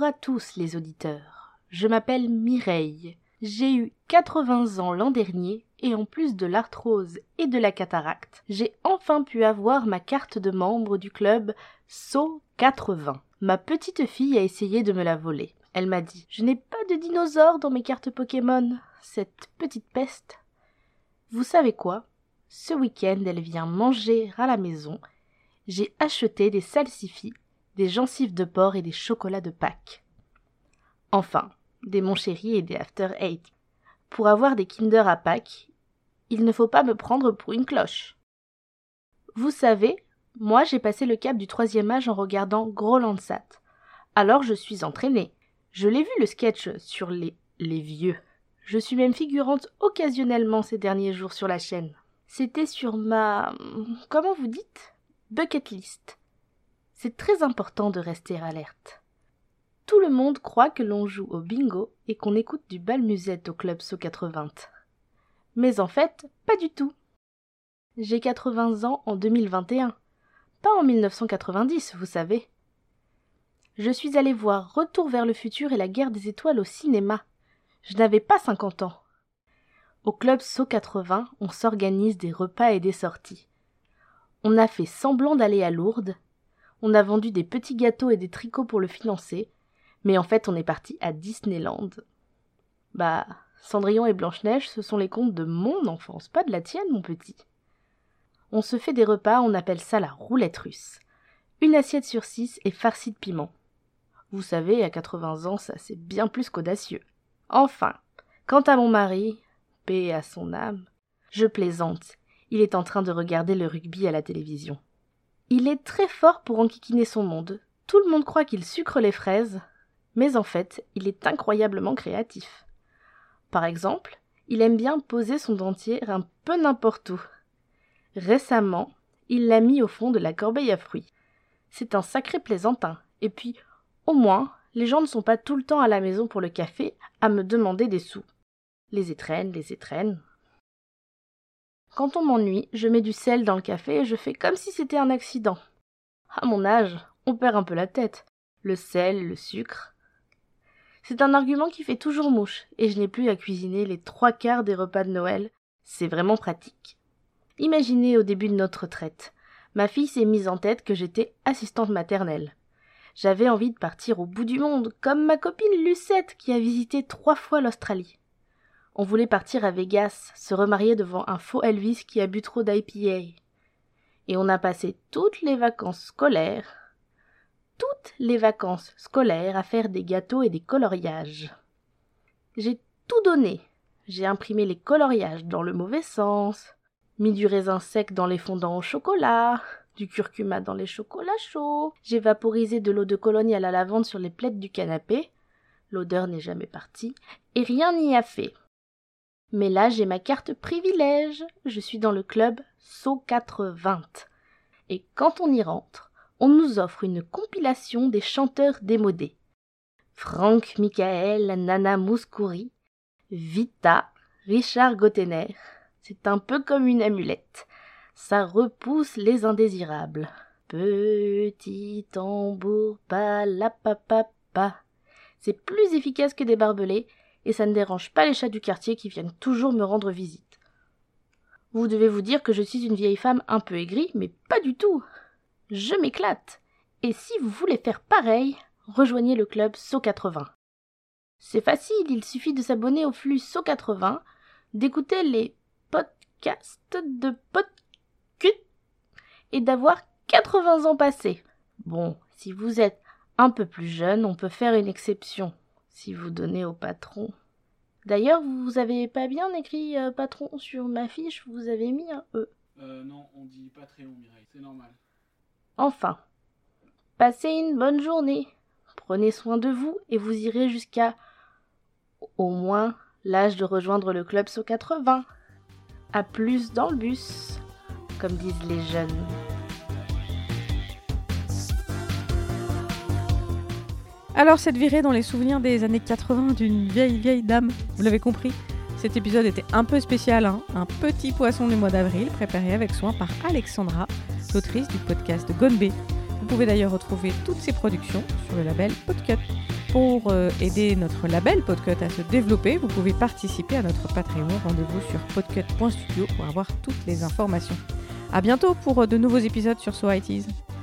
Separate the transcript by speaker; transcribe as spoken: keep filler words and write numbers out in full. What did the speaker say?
Speaker 1: à tous les auditeurs. Je m'appelle Mireille. J'ai eu quatre-vingts ans l'an dernier et en plus de l'arthrose et de la cataracte, j'ai enfin pu avoir ma carte de membre du club S O quatre-vingts. Ma petite fille a essayé de me la voler. Elle m'a dit « Je n'ai pas de dinosaures dans mes cartes Pokémon, cette petite peste. » Vous savez quoi ? Ce week-end, elle vient manger à la maison. J'ai acheté des salsifis, des gencives de porc et des chocolats de Pâques. Enfin, des Mon Chéri et des After Eight. Pour avoir des Kinder à Pâques, il ne faut pas me prendre pour une cloche. Vous savez, moi j'ai passé le cap du troisième âge en regardant Gros Landsat. Alors je suis entraînée. Je l'ai vu le sketch sur les, les vieux. Je suis même figurante occasionnellement ces derniers jours sur la chaîne. C'était sur ma... comment vous dites ? Bucket list. C'est très important de rester alerte. Tout le monde croit que l'on joue au bingo et qu'on écoute du bal musette au club S O quatre-vingts. Mais en fait, pas du tout. J'ai quatre-vingts ans en deux mille vingt et un, pas en mille neuf cent quatre-vingt-dix, vous savez. Je suis allée voir Retour vers le futur et la guerre des étoiles au cinéma. Je n'avais pas cinquante ans. Au club S O quatre-vingts, on s'organise des repas et des sorties. On a fait semblant d'aller à Lourdes. On a vendu des petits gâteaux et des tricots pour le financer. Mais en fait, on est parti à Disneyland. Bah, Cendrillon et Blanche-Neige, ce sont les contes de mon enfance, pas de la tienne, mon petit. On se fait des repas, on appelle ça la roulette russe. Une assiette sur six est farcie de piment. Vous savez, à quatre-vingts ans, ça c'est bien plus qu'audacieux. Enfin, quant à mon mari, paix à son âme, je plaisante, il est en train de regarder le rugby à la télévision. Il est très fort pour enquiquiner son monde. Tout le monde croit qu'il sucre les fraises, mais en fait, il est incroyablement créatif. Par exemple, il aime bien poser son dentier un peu n'importe où. Récemment, il l'a mis au fond de la corbeille à fruits. C'est un sacré plaisantin. Et puis, au moins, les gens ne sont pas tout le temps à la maison pour le café à me demander des sous. Les étrennes, les étrennes. Quand on m'ennuie, je mets du sel dans le café et je fais comme si c'était un accident. À mon âge, on perd un peu la tête. Le sel, le sucre. C'est un argument qui fait toujours mouche, et je n'ai plus à cuisiner les trois quarts des repas de Noël. C'est vraiment pratique. Imaginez au début de notre retraite. Ma fille s'est mise en tête que j'étais assistante maternelle. J'avais envie de partir au bout du monde, comme ma copine Lucette qui a visité trois fois l'Australie. On voulait partir à Vegas, se remarier devant un faux Elvis qui a bu trop d'I P A. Et on a passé toutes les vacances scolaires, toutes les vacances scolaires à faire des gâteaux et des coloriages. J'ai tout donné. J'ai imprimé les coloriages dans le mauvais sens, mis du raisin sec dans les fondants au chocolat, du curcuma dans les chocolats chauds. J'ai vaporisé de l'eau de Cologne à la lavande sur les plaids du canapé. L'odeur n'est jamais partie et rien n'y a fait. Mais là, j'ai ma carte privilège. Je suis dans le club S O quatre-vingts. Et quand on y rentre, on nous offre une compilation des chanteurs démodés. Franck Michael, Nana Mouskouri, Vita, Richard Gottener. C'est un peu comme une amulette. Ça repousse les indésirables. Petit tambour, palapapapa. C'est plus efficace que des barbelés et ça ne dérange pas les chats du quartier qui viennent toujours me rendre visite. Vous devez vous dire que je suis une vieille femme un peu aigrie, mais pas du tout. Je m'éclate. Et si vous voulez faire pareil, rejoignez le club S O quatre-vingts. C'est facile, il suffit de s'abonner au flux S O quatre-vingts, d'écouter les podcasts de Podcut et d'avoir quatre-vingts ans passés. Bon, si vous êtes un peu plus jeune, on peut faire une exception, si vous donnez au patron. D'ailleurs, vous avez pas bien écrit euh, patron sur ma fiche, vous avez mis un E.
Speaker 2: Euh, non, on dit Patreon, Mireille, c'est normal.
Speaker 1: Enfin, passez une bonne journée. Prenez soin de vous et vous irez jusqu'à, au moins, l'âge de rejoindre le club S O quatre-vingts. À plus dans le bus, comme disent les jeunes.
Speaker 3: Alors, cette virée dans les souvenirs des années quatre-vingts d'une vieille vieille dame, vous l'avez compris, cet épisode était un peu spécial, hein, un petit poisson du mois d'avril, préparé avec soin par Alexandra, l'autrice du podcast Gone Bé. Vous pouvez d'ailleurs retrouver toutes ses productions sur le label Podcut. Pour pour euh, aider notre label Podcut à se développer, vous pouvez participer à notre Patreon. Rendez-vous sur podcut point studio pour avoir toutes les informations. À bientôt pour de nouveaux épisodes sur So It Is.